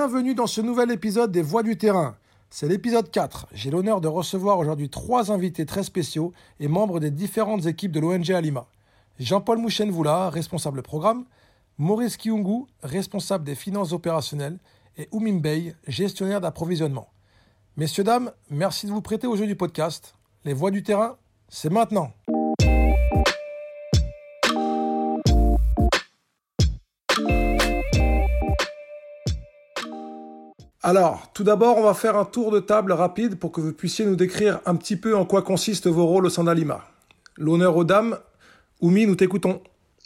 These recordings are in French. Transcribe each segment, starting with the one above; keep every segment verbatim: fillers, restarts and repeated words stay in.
bienvenue dans ce nouvel épisode des Voix du terrain. C'est l'épisode quatre. J'ai l'honneur de recevoir aujourd'hui trois invités très spéciaux et membres des différentes équipes de l'O N G Alima. Jean-Paul Mouchenvoula, responsable programme, Maurice Kiungu, responsable des finances opérationnelles, et Oumim Bey, gestionnaire d'approvisionnement. Messieurs, dames, merci de vous prêter au jeu du podcast. Les Voix du terrain, c'est maintenant. Alors, tout d'abord, on va faire un tour de table rapide pour que vous puissiez nous décrire un petit peu en quoi consistent vos rôles au sein d'Alima. L'honneur aux dames. Oumi, nous t'écoutons.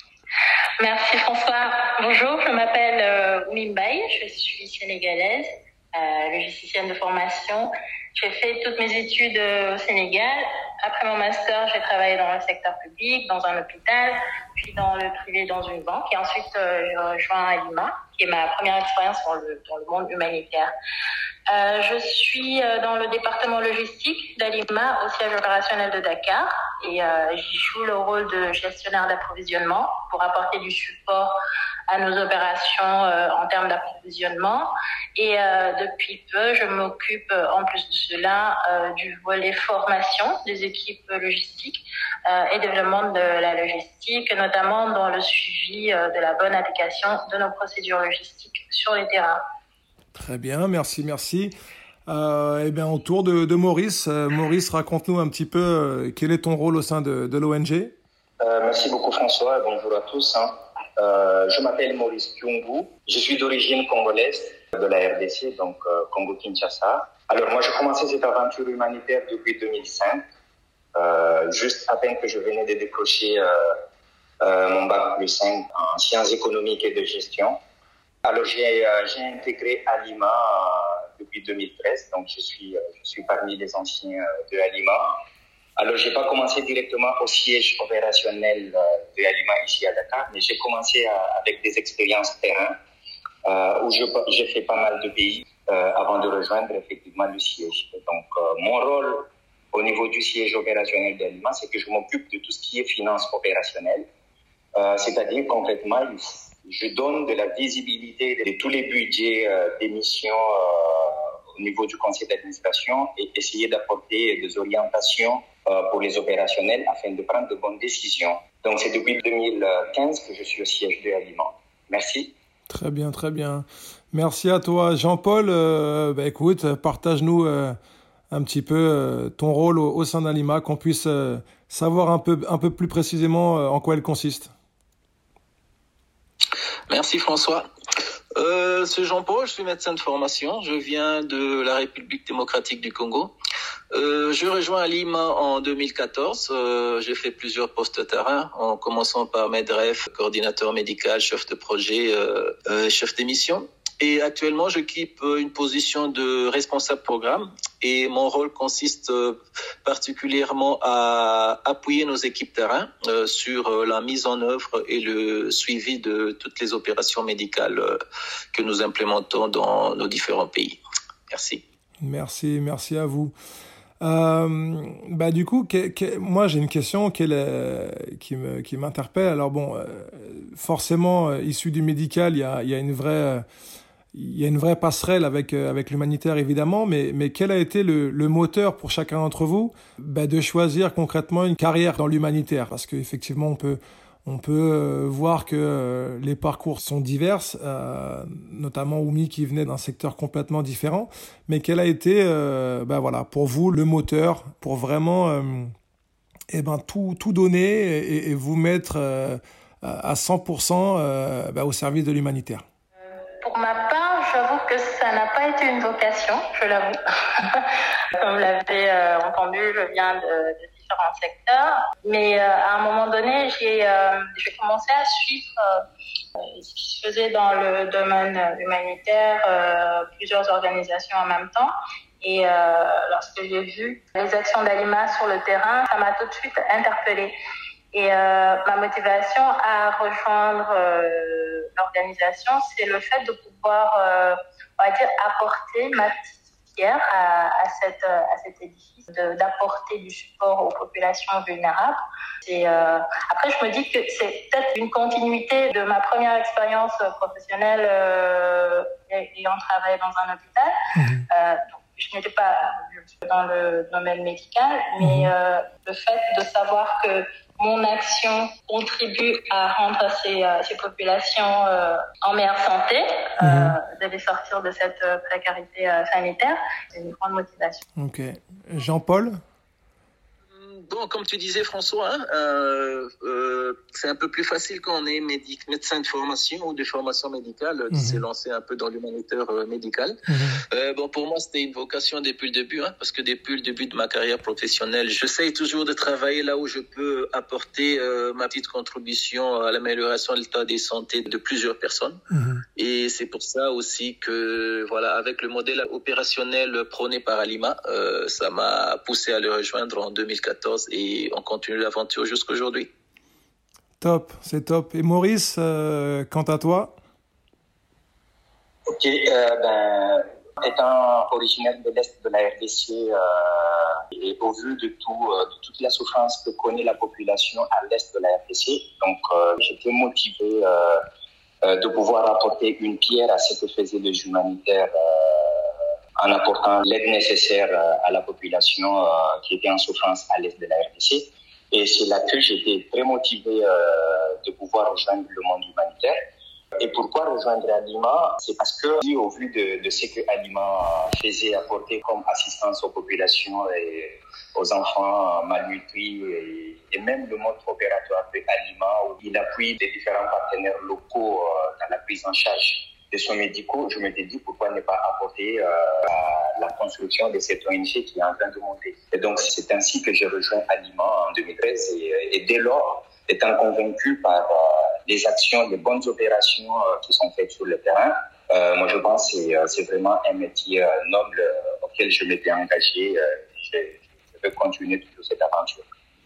Merci François. Bonjour, je m'appelle euh, Oumim Bey, je suis sénégalaise, euh, logisticienne de formation. J'ai fait toutes mes études euh, au Sénégal. Après mon master, j'ai travaillé dans le secteur public, dans un hôpital, puis dans le privé, dans une banque. Et ensuite, euh, j'ai rejoint Alima, qui est ma première expérience dans le, dans le monde humanitaire. Euh, je suis euh, dans le département logistique d'Alima au siège opérationnel de Dakar et euh, j'y joue le rôle de gestionnaire d'approvisionnement pour apporter du support à nos opérations euh, en termes d'approvisionnement. Et euh, depuis peu, je m'occupe euh, en plus de cela euh, du volet formation des équipes logistiques euh, et développement de la logistique, notamment dans le suivi euh, de la bonne application de nos procédures logistiques sur les terrains. Très bien, merci, merci. Euh, eh bien, au tour de, de Maurice. Euh, Maurice, raconte-nous un petit peu euh, quel est ton rôle au sein de, de l'O N G. Euh, merci beaucoup François, bonjour à tous. Hein. Euh, je m'appelle Maurice Kiungu, je suis d'origine congolaise de la R D C, donc euh, Congo-Kinshasa. Alors moi, j'ai commencé cette aventure humanitaire depuis deux mille cinq, euh, juste à peine que je venais de décrocher euh, euh, mon bac plus cinq en sciences économiques et de gestion. Alors j'ai, euh, j'ai intégré Alima euh, depuis deux mille treize, donc je suis, euh, je suis parmi les anciens euh, de Alima. Alors j'ai pas commencé directement au siège opérationnel euh, de Alima ici à Dakar, mais j'ai commencé à, avec des expériences terrain euh, où je, j'ai fait pas mal de pays euh, avant de rejoindre effectivement le siège. Et donc euh, mon rôle au niveau du siège opérationnel d'Alima, c'est que je m'occupe de tout ce qui est finance opérationnelle, euh, c'est-à-dire concrètement je donne de la visibilité de tous les budgets euh, d'émissions euh, au niveau du conseil d'administration et essayer d'apporter des orientations euh, pour les opérationnels afin de prendre de bonnes décisions. Donc c'est depuis deux mille quinze que je suis au siège de Alima. Merci. Très bien, très bien. Merci à toi. Jean-Paul, euh, bah, écoute, partage-nous euh, un petit peu euh, ton rôle au, au sein d'Alima, qu'on puisse euh, savoir un peu, un peu plus précisément euh, en quoi elle consiste. Merci François. Euh, c'est Jean-Paul, je suis médecin de formation. Je viens de la République démocratique du Congo. Euh, je rejoins Alima en deux mille quatorze. Euh, j'ai fait plusieurs postes terrain, en commençant par MEDREF, coordinateur médical, chef de projet, euh, euh, chef d'émission. Et actuellement, j'occupe une position de responsable programme et mon rôle consiste particulièrement à appuyer nos équipes terrain euh, sur la mise en œuvre et le suivi de toutes les opérations médicales euh, que nous implémentons dans nos différents pays. Merci. Merci, merci à vous. Euh, bah du coup, que, que, moi j'ai une question qui, est, qui, me, qui m'interpelle. Alors bon, euh, forcément, euh, issu du médical, il y a, il y a une vraie... Euh, Il y a une vraie passerelle avec euh, avec l'humanitaire évidemment, mais mais quel a été le, le moteur pour chacun d'entre vous bah, de choisir concrètement une carrière dans l'humanitaire? Parce qu'effectivement on peut on peut euh, voir que euh, les parcours sont divers, euh, notamment Oumi qui venait d'un secteur complètement différent. Mais quel a été euh, bah voilà pour vous le moteur pour vraiment euh, eh ben tout tout donner et, et vous mettre euh, à cent pour cent euh, bah, au service de l'humanitaire? Pour ma part, j'avoue que ça n'a pas été une vocation, je l'avoue. Comme vous l'avez euh, entendu, je viens de, de différents secteurs. Mais euh, à un moment donné, j'ai, euh, j'ai commencé à suivre euh, ce qui se faisait dans le domaine humanitaire, euh, plusieurs organisations en même temps. Et euh, lorsque j'ai vu les actions d'Alima sur le terrain, ça m'a tout de suite interpellée. Et euh, ma motivation à rejoindre euh, l'organisation, c'est le fait de pouvoir, euh, on va dire, apporter ma petite bénéficiaires à, à, cette, à cet édifice, de, d'apporter du support aux populations vulnérables. Et, euh, après, je me dis que c'est peut-être une continuité de ma première expérience professionnelle euh, ayant travaillé dans un hôpital. Mmh. Euh, donc, je n'étais pas dans le domaine médical, mais mmh. euh, le fait de savoir que mon action contribue à rendre ces, ces populations euh, en meilleure santé, mmh. euh, de sortir de cette précarité euh, sanitaire, c'est une grande motivation. Ok. Jean-Paul ? Bon, comme tu disais, François, hein, euh, euh, c'est un peu plus facile quand on est médic- médecin de formation ou de formation médicale euh, qui mmh. s'est lancé un peu dans l'humanitaire euh, médical. Mmh. Euh, bon, pour moi, c'était une vocation depuis le début, hein, parce que depuis le début de ma carrière professionnelle, j'essaye toujours de travailler là où je peux apporter euh, ma petite contribution à l'amélioration de l'état de santé de plusieurs personnes. Mmh. Et c'est pour ça aussi que, voilà, avec le modèle opérationnel prôné par Alima, euh, ça m'a poussé à le rejoindre en deux mille quatorze. Et on continue l'aventure jusqu'à aujourd'hui. Top, c'est top. Et Maurice, euh, quant à toi ? Ok, euh, ben, étant originaire de l'Est de la R D C euh, et au vu de, tout, euh, de toute la souffrance que connaît la population à l'Est de la R D C, donc euh, j'étais motivé euh, euh, de pouvoir apporter une pierre à ce que faisaient les humanitaires euh, en apportant l'aide nécessaire à la population euh, qui était en souffrance à l'est de la R D C. Et c'est là que j'étais très motivé euh, de pouvoir rejoindre le monde humanitaire. Et pourquoi rejoindre Alima ? C'est parce que, au vu de, de ce que Alima faisait apporter comme assistance aux populations et aux enfants malnutris, et, et même le mode opératoire de Alima, où il appuie les différents partenaires locaux euh, dans la prise en charge des soins médicaux, je m'étais dit pourquoi ne pas apporter euh, à la construction de cette O N G qui est en train de monter. Et donc c'est ainsi que j'ai rejoint Alima en deux mille treize et, et dès lors, étant convaincu par euh, les actions, les bonnes opérations euh, qui sont faites sur le terrain, euh, moi je pense que c'est, euh, c'est vraiment un métier euh, noble euh, auquel je m'étais engagé. Euh, je, je vais continuer toute cette aventure.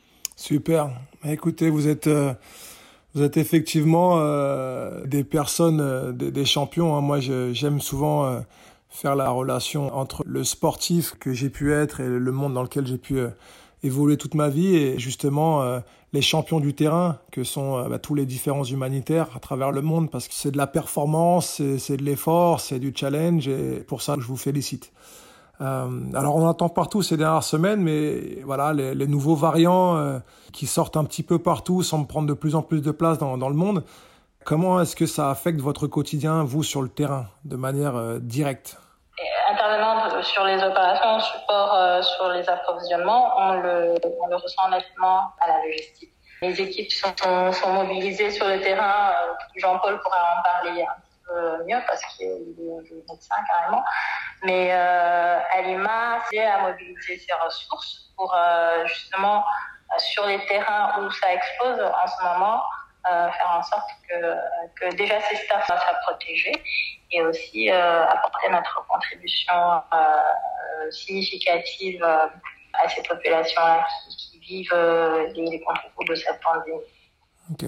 Super. Écoutez, vous êtes... Euh... Vous êtes effectivement euh, des personnes, euh, des, des champions. Hein. Moi, je, j'aime souvent euh, faire la relation entre le sportif que j'ai pu être et le monde dans lequel j'ai pu euh, évoluer toute ma vie, et justement euh, les champions du terrain que sont euh, bah, tous les différents humanitaires à travers le monde, parce que c'est de la performance, c'est, c'est de l'effort, c'est du challenge, et pour ça, je vous félicite. Euh, alors on entend partout ces dernières semaines, mais voilà, les, les nouveaux variants euh, qui sortent un petit peu partout semblent prendre de plus en plus de place dans, dans le monde. Comment est-ce que ça affecte votre quotidien, vous, sur le terrain, de manière euh, directe ? Intervenant sur les opérations, support euh, sur les approvisionnements, on le, on le ressent nettement à la logistique. Les équipes sont, sont, sont mobilisées sur le terrain. Euh, Jean-Paul pourra en parler un petit peu mieux parce qu'il est médecin carrément. Mais euh, Alima c'est à mobiliser ses ressources pour euh, justement euh, sur les terrains où ça explose en ce moment, euh, faire en sorte que, que déjà ces staffs soient protégés et aussi euh, apporter notre contribution euh, significative euh, à ces populations-là qui, qui vivent euh, les, les contre-coups de cette pandémie. Ok.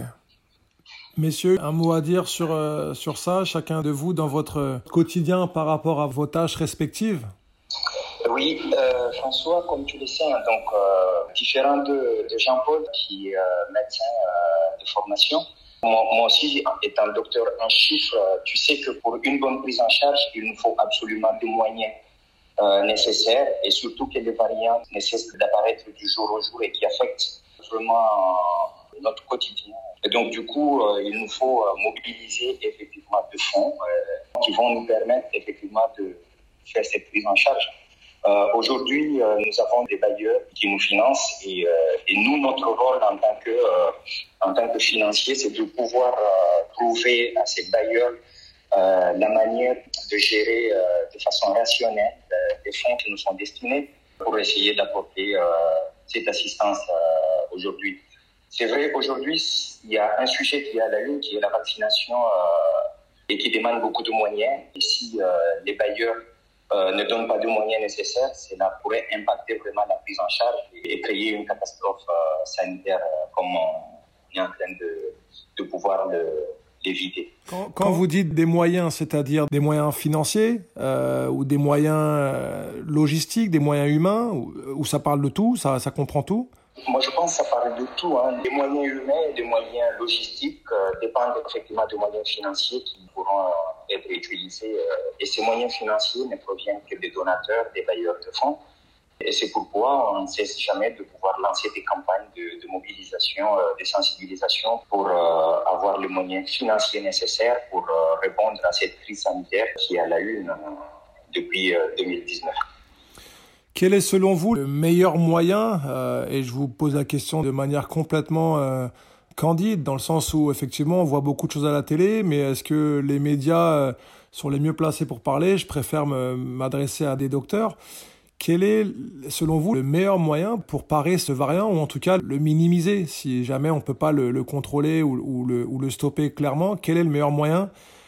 Messieurs, un mot à dire sur, euh, sur ça, chacun de vous, dans votre quotidien par rapport à vos tâches respectives ? Oui, euh, François, comme tu le sais, donc, euh, différent de, de Jean-Paul, qui est euh, médecin euh, de formation, moi, moi aussi, étant docteur en chiffres, tu sais que pour une bonne prise en charge, il nous faut absolument des moyens euh, nécessaires, et surtout que les variants ne cessent d'apparaître du jour au jour et qui affectent vraiment euh, notre quotidien. Et donc, du coup, euh, il nous faut euh, mobiliser effectivement des fonds euh, qui vont nous permettre effectivement de faire cette prise en charge. Euh, aujourd'hui, euh, nous avons des bailleurs qui nous financent et, euh, et nous, notre rôle en tant que, euh, en tant que financier, c'est de pouvoir euh, trouver à ces bailleurs euh, la manière de gérer euh, de façon rationnelle euh, les fonds qui nous sont destinés pour essayer d'apporter euh, cette assistance euh, aujourd'hui. C'est vrai, aujourd'hui, il y a un sujet qui est à la une, qui est la vaccination euh, et qui demande beaucoup de moyens. Et si euh, les bailleurs euh, ne donnent pas de moyens nécessaires, cela pourrait impacter vraiment la prise en charge et, et créer une catastrophe euh, sanitaire euh, comme on est en train de, de pouvoir le, d'éviter. Quand, quand vous dites des moyens, c'est-à-dire des moyens financiers euh, ou des moyens euh, logistiques, des moyens humains, ou, ou ça parle de tout, ça, ça comprend tout? Moi, je pense que ça parle de tout. Hein. Des moyens humains et des moyens logistiques euh, dépendent effectivement des moyens financiers qui pourront euh, être utilisés. Euh, et ces moyens financiers ne proviennent que des donateurs, des bailleurs de fonds. Et c'est pourquoi on ne cesse jamais de pouvoir lancer des campagnes de, de mobilisation, euh, de sensibilisation pour euh, avoir les moyens financiers nécessaires pour euh, répondre à cette crise sanitaire qui est à la une euh, depuis euh, deux mille dix-neuf. Quel est selon vous le meilleur moyen, euh, et je vous pose la question de manière complètement euh, candide, dans le sens où effectivement on voit beaucoup de choses à la télé, mais est-ce que les médias euh, sont les mieux placés pour parler? Je préfère me, m'adresser à des docteurs. Quel est, selon vous, le meilleur moyen pour parer ce variant, ou en tout cas le minimiser, si jamais on ne peut pas le, le contrôler ou, ou, le, ou le stopper clairement? Quel est le meilleur moyen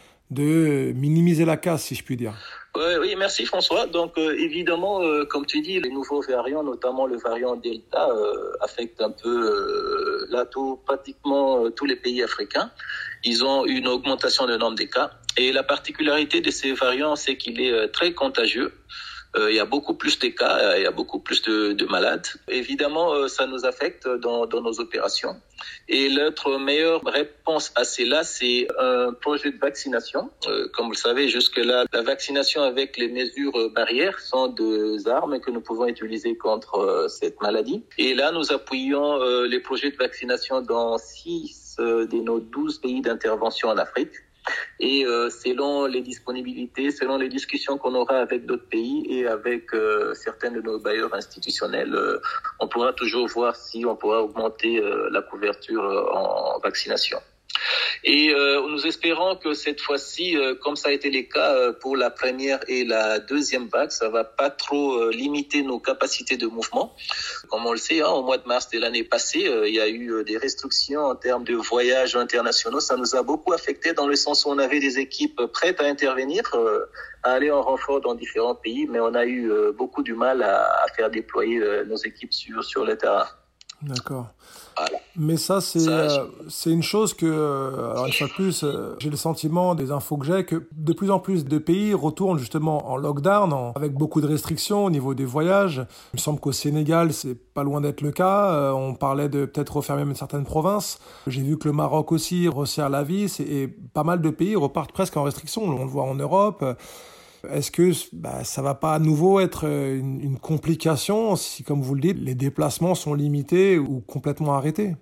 de minimiser la casse, si je puis dire? Euh, oui, merci François. Donc euh, évidemment, euh, comme tu dis, les nouveaux variants, notamment le variant Delta, euh, affectent un peu euh, là tout, pratiquement euh, tous les pays africains. Ils ont une augmentation du nombre des cas. Et la particularité de ces variants, c'est qu'il est euh, très contagieux. Euh, il y a beaucoup plus de cas, euh, il y a beaucoup plus de, de malades. Évidemment, euh, ça nous affecte dans, dans nos opérations. Et notre meilleure réponse à cela, c'est un projet de vaccination. Euh, comme vous le savez, jusque-là, la vaccination avec les mesures barrières sont des armes que nous pouvons utiliser contre euh, cette maladie. Et là, nous appuyons euh, les projets de vaccination dans six euh, de nos douze pays d'intervention en Afrique. Et euh, selon les disponibilités, selon les discussions qu'on aura avec d'autres pays et avec euh, certains de nos bailleurs institutionnels, euh, on pourra toujours voir si on pourra augmenter euh, la couverture euh, en vaccination. Et euh, nous espérons que cette fois-ci, euh, comme ça a été le cas euh, pour la première et la deuxième vague, ça va pas trop euh, limiter nos capacités de mouvement. Comme on le sait, hein, au mois de mars de l'année passée, euh, il y a eu euh, des restrictions en termes de voyages internationaux. Ça nous a beaucoup affecté dans le sens où on avait des équipes prêtes à intervenir, euh, à aller en renfort dans différents pays, mais on a eu euh, beaucoup du mal à, à faire déployer euh, nos équipes sur, sur le terrain. D'accord. Voilà. Mais ça, c'est ça, euh, c'est une chose que, euh, alors une fois de plus, euh, j'ai le sentiment des infos que j'ai que de plus en plus de pays retournent justement en lockdown, en, avec beaucoup de restrictions au niveau des voyages. Il me semble qu'au Sénégal, c'est pas loin d'être le cas. Euh, on parlait de peut-être refermer même certaines provinces. J'ai vu que le Maroc aussi resserre la vis et, et pas mal de pays repartent presque en restriction. On le voit en Europe. Est-ce que bah, ça va pas à nouveau être une, une complication si, comme vous le dites, les déplacements sont limités ou complètement arrêtés?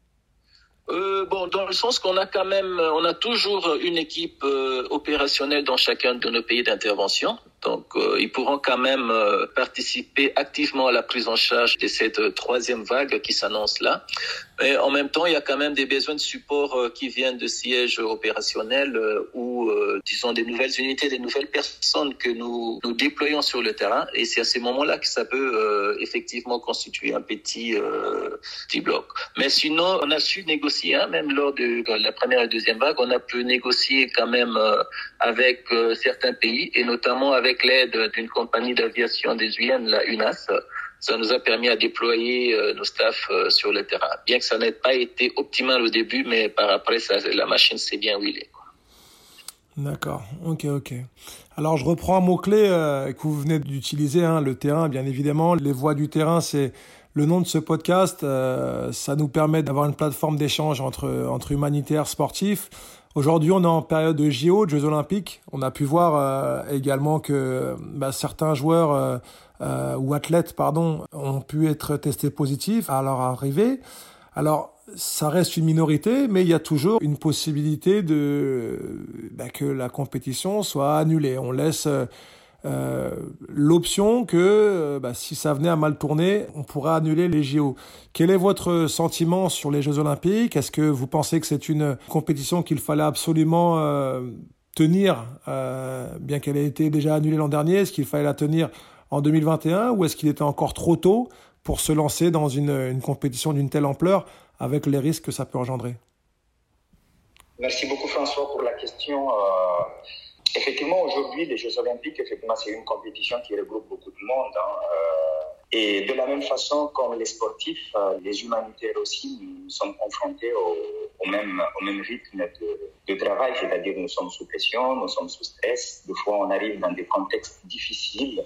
Euh, bon, dans le sens qu'on a quand même, on a toujours une équipe euh, opérationnelle dans chacun de nos pays d'intervention. Donc, euh, ils pourront quand même euh, participer activement à la prise en charge de cette euh, troisième vague qui s'annonce là. Mais en même temps, il y a quand même des besoins de support euh, qui viennent de sièges opérationnels euh, ou, euh, disons, des nouvelles unités, des nouvelles personnes que nous nous déployons sur le terrain. Et c'est à ces moments-là que ça peut euh, effectivement constituer un petit, euh, petit bloc. Mais sinon, on a su négocier, hein, même lors de la première et deuxième vague, on a pu négocier quand même euh, avec euh, certains pays et notamment avec Avec l'aide d'une compagnie d'aviation désuéenne, la U N A S, ça nous a permis à déployer euh, nos staffs euh, sur le terrain. Bien que ça n'ait pas été optimal au début, mais par après, ça, la machine s'est bien huilée. D'accord, ok, ok. Alors je reprends un mot-clé euh, que vous venez d'utiliser, hein, le terrain, bien évidemment. Les voix du terrain, c'est le nom de ce podcast. Euh, ça nous permet d'avoir une plateforme d'échange entre, entre humanitaires, sportifs. Aujourd'hui, on est en période de J O, de Jeux Olympiques. On a pu voir euh, également que bah, certains joueurs euh, euh, ou athlètes, pardon, ont pu être testés positifs à leur arrivée. Alors, ça reste une minorité, mais il y a toujours une possibilité de bah, que la compétition soit annulée. On laisse euh, l'option que euh, bah, si ça venait à mal tourner, on pourra annuler les J O. Quel est votre sentiment sur les Jeux Olympiques? Est-ce que vous pensez que c'est une compétition qu'il fallait absolument euh, tenir, euh, bien qu'elle ait été déjà annulée l'an dernier? Est-ce qu'il fallait la tenir en deux mille vingt et un ou est-ce qu'il était encore trop tôt pour se lancer dans une, une compétition d'une telle ampleur avec les risques que ça peut engendrer? Merci beaucoup François pour la question. Euh... Effectivement, aujourd'hui, les Jeux Olympiques, effectivement, c'est une compétition qui regroupe beaucoup de monde. Hein. Euh, Et de la même façon, comme les sportifs, les humanitaires aussi, nous sommes confrontés au, au, même, au même rythme de, de travail, c'est-à-dire nous sommes sous pression, nous sommes sous stress. Des fois, on arrive dans des contextes difficiles.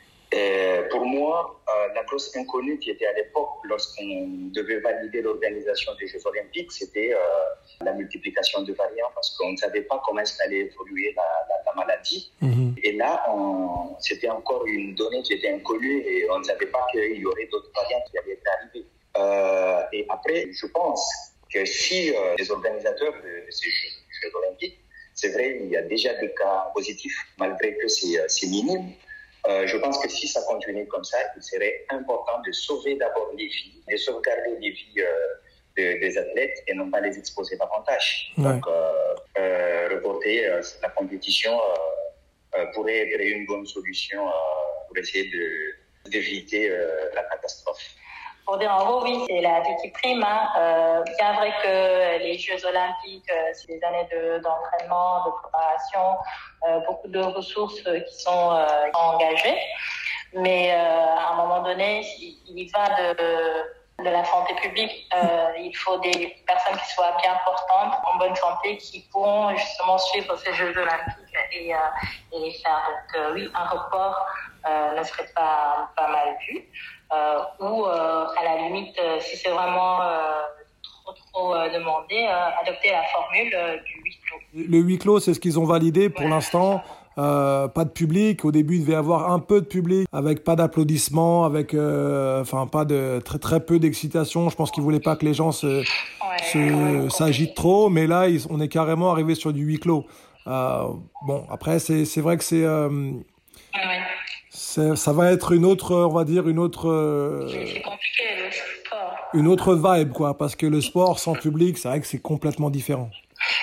Et pour moi, euh, la grosse inconnue qui était à l'époque, lorsqu'on devait valider l'organisation des Jeux Olympiques, c'était euh, la multiplication de variants, parce qu'on ne savait pas comment est-ce qu'allait évoluer la, la, la maladie. Mmh. Et là, on, c'était encore une donnée qui était inconnue et on ne savait pas qu'il y aurait d'autres variants qui allaient arriver. Euh, et après, je pense que si euh, les organisateurs de, de ces Jeux, Jeux Olympiques, c'est vrai, il y a déjà des cas positifs, malgré que c'est, c'est minime. Euh, je pense que si ça continue comme ça, il serait important de sauver d'abord les vies, de sauvegarder les vies euh, de, des athlètes et non pas les exposer davantage. Ouais. Donc, euh, euh, reporter euh, la compétition euh, euh, pourrait être une bonne solution euh, pour essayer de, d'éviter euh, la catastrophe. Pour dire en gros, oui, c'est la vie qui prime. Hein. Euh, bien vrai que les Jeux Olympiques, euh, c'est des années de, d'entraînement, de préparation, euh, beaucoup de ressources euh, qui sont euh, engagées. Mais euh, à un moment donné, il, il y va de, de la santé publique. Euh, il faut des personnes qui soient bien portantes, en bonne santé, qui pourront justement suivre ces Jeux Olympiques et, euh, et les faire. Donc euh, oui, un report euh, ne serait pas, pas mal vu. Euh, ou euh, à la limite, euh, si c'est vraiment euh, trop trop euh, demandé, euh, adopter la formule euh, du huis clos. Le huis clos, c'est ce qu'ils ont validé pour ouais, l'instant. Euh, pas de public. Au début, il devait y avoir un peu de public, avec pas d'applaudissements, avec euh, enfin pas de très très peu d'excitation. Je pense qu'ils voulaient pas que les gens se, ouais, se ouais, s'agitent trop, mais là, ils, on est carrément arrivé sur du huis clos. Euh, bon, après, c'est c'est vrai que c'est euh, ouais. C'est, ça va être une autre, on va dire, une autre... Euh, c'est compliqué, le sport. Une autre vibe, quoi, parce que le sport sans public, c'est vrai que c'est complètement différent.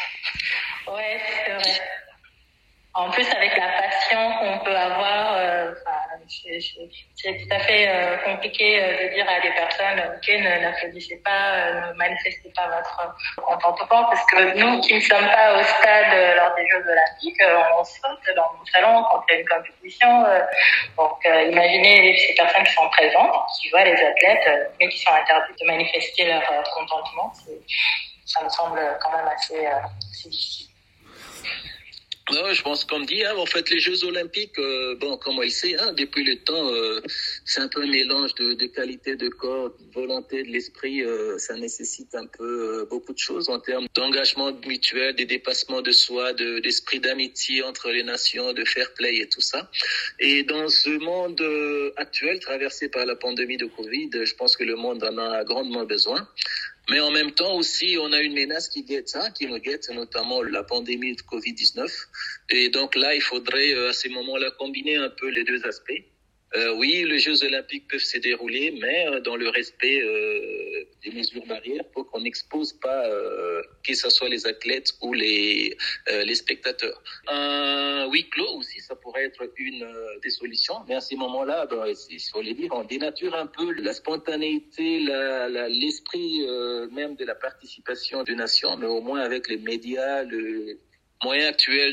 Ouais, c'est vrai. En plus, avec la passion qu'on peut avoir, euh, c'est, c'est, c'est tout à fait euh, compliqué euh, de dire à des personnes, ok, ne n'applaudissez pas, euh, ne manifestez pas votre contentement, parce que nous qui ne sommes pas au stade euh, lors des Jeux Olympiques, euh, on saute dans nos salons quand il y a une compétition. Euh, donc, euh, imaginez ces personnes qui sont présentes, qui voient les athlètes, euh, mais qui sont interdites de manifester leur euh, contentement. C'est, ça me semble quand même assez, euh, assez difficile. Non, je pense qu'on dit, hein, en fait, les Jeux Olympiques, euh, bon, comme on le sait, hein, depuis le temps, euh, c'est un peu un mélange de, de qualité de corps, de volonté, de l'esprit. Euh, ça nécessite un peu euh, beaucoup de choses en termes d'engagement mutuel, de dépassement de soi, de, d'esprit d'amitié entre les nations, de fair play et tout ça. Et dans ce monde euh, actuel, traversé par la pandémie de Covid, je pense que le monde en a grandement besoin. Mais en même temps aussi, on a une menace qui guette ça, qui nous guette, notamment la pandémie de covid dix-neuf. Et donc là, il faudrait à ces moments-là combiner un peu les deux aspects. Euh, oui, les Jeux Olympiques peuvent se dérouler, mais dans le respect euh, des mesures barrières pour qu'on n'expose pas, euh, que ce soit les athlètes ou les euh, les spectateurs. Un huis clos aussi, ça pourrait être une euh, des solutions, mais à ces moments-là, ben, il faut les dire, on dénature un peu la spontanéité, la, la, l'esprit euh, même de la participation des nations, mais au moins avec les médias, le moyen actuel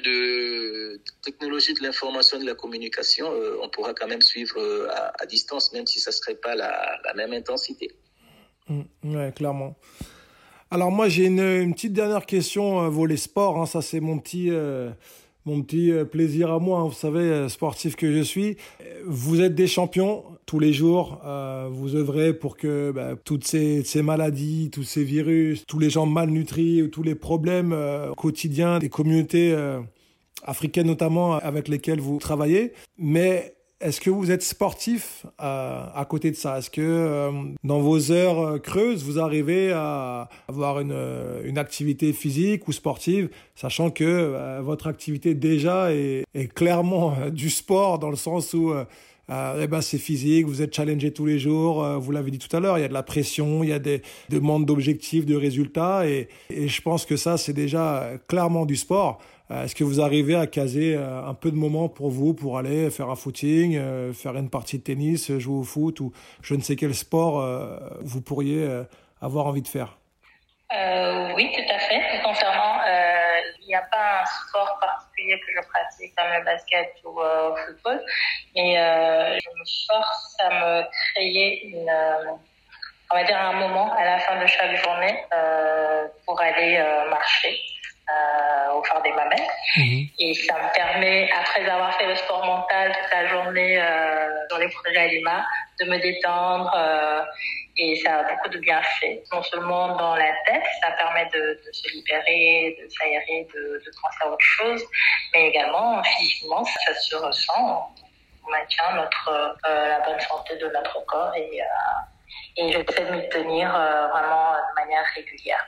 de technologie de l'information et de la communication, euh, on pourra quand même suivre euh, à, à distance, même si ça ne serait pas la, la même intensité. Mmh, ouais, clairement. Alors moi, j'ai une, une petite dernière question, euh, volet sport. Hein, ça, c'est mon petit, euh, mon petit euh, plaisir à moi, hein, vous savez, euh, sportif que je suis. Vous êtes des champions tous les jours. Euh, vous œuvrez pour que bah, toutes ces, ces maladies, tous ces virus, tous les gens malnutris, tous les problèmes euh, quotidiens des communautés euh, africaines notamment avec lesquelles vous travaillez. Mais est-ce que vous êtes sportif euh, à côté de ça? Est-ce que euh, dans vos heures creuses, vous arrivez à avoir une, une activité physique ou sportive, sachant que euh, votre activité déjà est, est clairement euh, du sport dans le sens où euh, Euh, eh ben c'est physique, vous êtes challengé tous les jours, euh, vous l'avez dit tout à l'heure, il y a de la pression, il y a des demandes d'objectifs, de résultats, et, et je pense que ça, c'est déjà clairement du sport. Euh, est-ce que vous arrivez à caser euh, un peu de moments pour vous, pour aller faire un footing, euh, faire une partie de tennis, jouer au foot, ou je ne sais quel sport euh, vous pourriez euh, avoir envie de faire? euh, Oui, tout à fait. Concernant, euh, il n'y a pas un sport particulier particulier que je pratique, comme le basket ou euh, le football. Mais euh, je me force à me créer une, euh, on va dire un moment à la fin de chaque journée euh, pour aller euh, marcher euh, au phare des Mamelles. Mmh. Et ça me permet, après avoir fait le sport mental toute la journée euh, dans les projets à Lima, de me détendre. Euh, Et ça a beaucoup de bienfaits, non seulement dans la tête, ça permet de, de se libérer, de s'aérer, de, de penser à autre chose, mais également physiquement, ça se ressent. On maintient notre, euh, la bonne santé de notre corps et, euh, et j'essaie de m'y tenir euh, vraiment de manière régulière.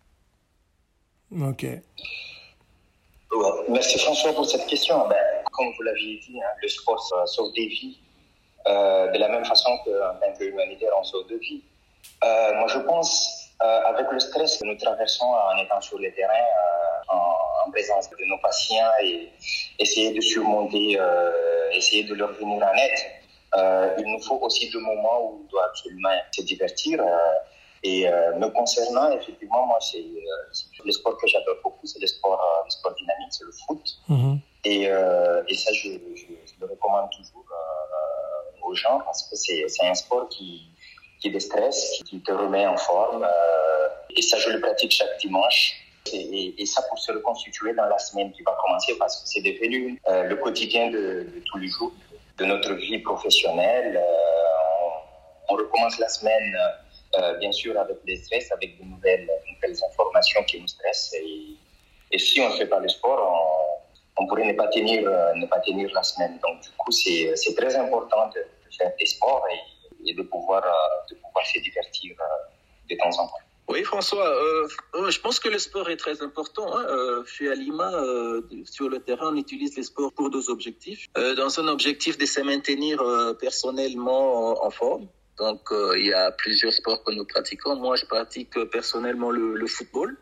Ok. Ouais. Merci François pour cette question. Ben, comme vous l'aviez dit, hein, le sport sauve des vies. Euh, de la même façon qu'en tant qu'humanitaire, on sauve de vie. Euh, moi, je pense, euh, avec le stress que nous traversons en étant sur le terrain, euh, en, en présence de nos patients, et essayer de surmonter, euh, essayer de leur venir en aide, euh, il nous faut aussi des moments où on doit absolument se divertir. Euh, et euh, me concernant, effectivement, moi, c'est, euh, c'est le sport que j'adore beaucoup, c'est le sport, euh, le sport dynamique, c'est le foot. Mm-hmm. Et, euh, et ça, je, je, je le recommande toujours euh, aux gens parce que c'est, c'est un sport qui, qui déstresse, qui te remet en forme. Euh, et ça, je le pratique chaque dimanche. Et, et, et ça pour se reconstituer dans la semaine qui va commencer parce que c'est devenu euh, le quotidien de, de tous les jours de notre vie professionnelle. Euh, on, on recommence la semaine, euh, bien sûr, avec des stress, avec de nouvelles, nouvelles informations qui nous stressent. Et, et si on ne fait pas le sport, on, on pourrait ne pas tenir, euh, ne pas tenir la semaine. Donc, du coup, c'est, c'est très important de, de faire des sports et, et de, pouvoir, euh, de pouvoir se divertir euh, de temps en temps. Oui, François, euh, euh, je pense que le sport est très important. Hein. Euh, chez Alima, euh, sur le terrain, on utilise les sports pour deux objectifs. Euh, dans un objectif de se maintenir euh, personnellement en, en forme. Donc, euh, il y a plusieurs sports que nous pratiquons. Moi, je pratique euh, personnellement le, le football.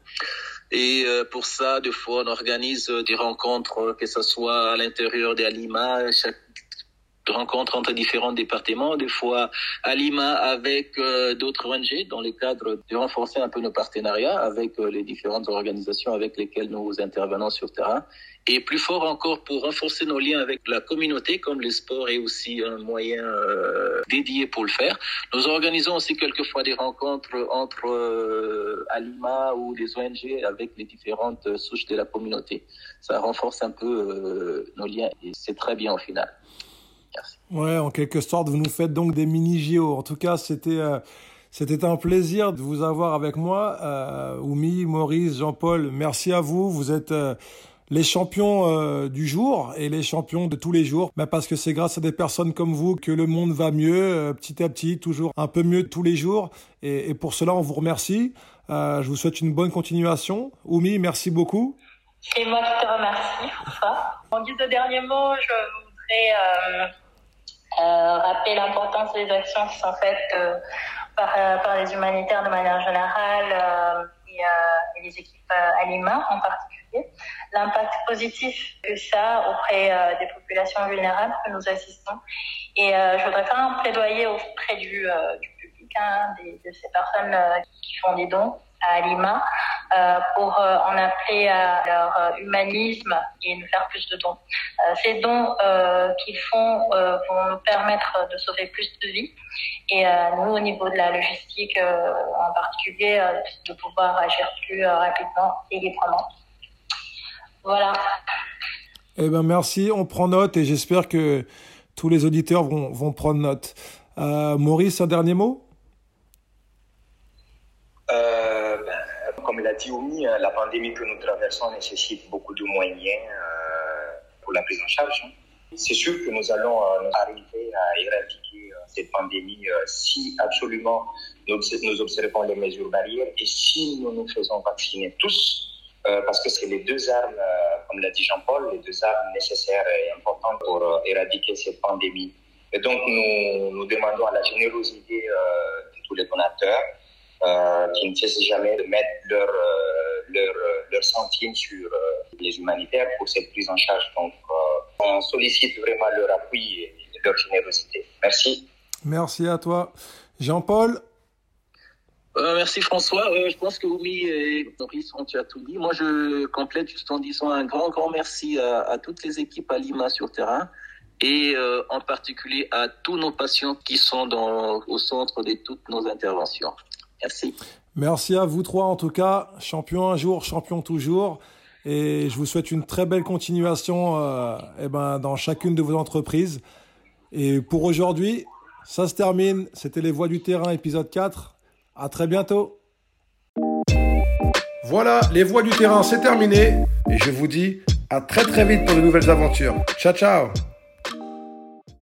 Et euh, pour ça, des fois, on organise des rencontres, que ce soit à l'intérieur d'Alima, chaque rencontres entre différents départements, des fois à Lima avec euh, d'autres O N G dans le cadre de renforcer un peu nos partenariats avec euh, les différentes organisations avec lesquelles nous intervenons sur terrain. Et plus fort encore pour renforcer nos liens avec la communauté, comme le sport est aussi un moyen euh, dédié pour le faire. Nous organisons aussi quelquefois des rencontres entre euh, Alima ou des O N G avec les différentes souches de la communauté. Ça renforce un peu euh, nos liens et c'est très bien au final. Merci. Ouais, en quelque sorte, vous nous faites donc des mini-J O. En tout cas, c'était euh, c'était un plaisir de vous avoir avec moi. Euh, Oumi, Maurice, Jean-Paul, merci à vous. Vous êtes euh, les champions euh, du jour et les champions de tous les jours. Mais parce que c'est grâce à des personnes comme vous que le monde va mieux, euh, petit à petit, toujours un peu mieux tous les jours. Et, et pour cela, on vous remercie. Euh, je vous souhaite une bonne continuation. Oumi, merci beaucoup. C'est moi qui te remercie, François. En guise de dernier mot, je voudrais euh, euh, rappeler l'importance des actions qui sont faites euh, par, euh, par les humanitaires de manière générale euh, et, euh, et les équipes euh, Alima en particulier. L'impact positif que ça a auprès euh, des populations vulnérables que nous assistons. Et euh, je voudrais faire un plaidoyer auprès du, euh, du public, hein, des, de ces personnes euh, qui font des dons à Lima euh, pour euh, en appeler à leur euh, humanisme et nous faire plus de dons. Euh, ces dons euh, qu'ils font euh, vont nous permettre de sauver plus de vies et euh, nous, au niveau de la logistique euh, en particulier, euh, de pouvoir agir plus euh, rapidement et librement. Voilà. Eh ben merci, on prend note et j'espère que tous les auditeurs vont, vont prendre note. Euh, Maurice, un dernier mot ? Euh, ben, comme l'a dit Oumi, la pandémie que nous traversons nécessite beaucoup de moyens euh, pour la prise en charge. C'est sûr que nous allons euh, arriver à éradiquer euh, cette pandémie euh, si absolument nous, nous observons les mesures barrières et si nous nous faisons vacciner tous, euh, parce que c'est les deux armes, euh, comme l'a dit Jean-Paul, les deux armes nécessaires et importantes pour euh, éradiquer cette pandémie. Et donc nous, nous demandons à la générosité euh, de tous les donateurs, Euh, qui ne cessent jamais de mettre leur, euh, leur, leur centime sur euh, les humanitaires pour cette prise en charge. Donc, euh, on sollicite vraiment leur appui et leur générosité. Merci. Merci à toi. Jean-Paul ? Euh, merci François. Euh, je pense que Oumi et Maurice ont déjà tout dit. Moi, je complète juste en disant un grand, grand merci à, à toutes les équipes à Lima sur terrain et euh, en particulier à tous nos patients qui sont dans, au centre de toutes nos interventions. Merci. Merci à vous trois en tout cas. Champion un jour, champion toujours. Et je vous souhaite une très belle continuation euh, eh ben, dans chacune de vos entreprises. Et pour aujourd'hui, ça se termine. C'était Les Voix du Terrain, épisode quatre. À très bientôt. Voilà, Les Voix du Terrain, c'est terminé. Et je vous dis à très très vite pour de nouvelles aventures. Ciao, ciao.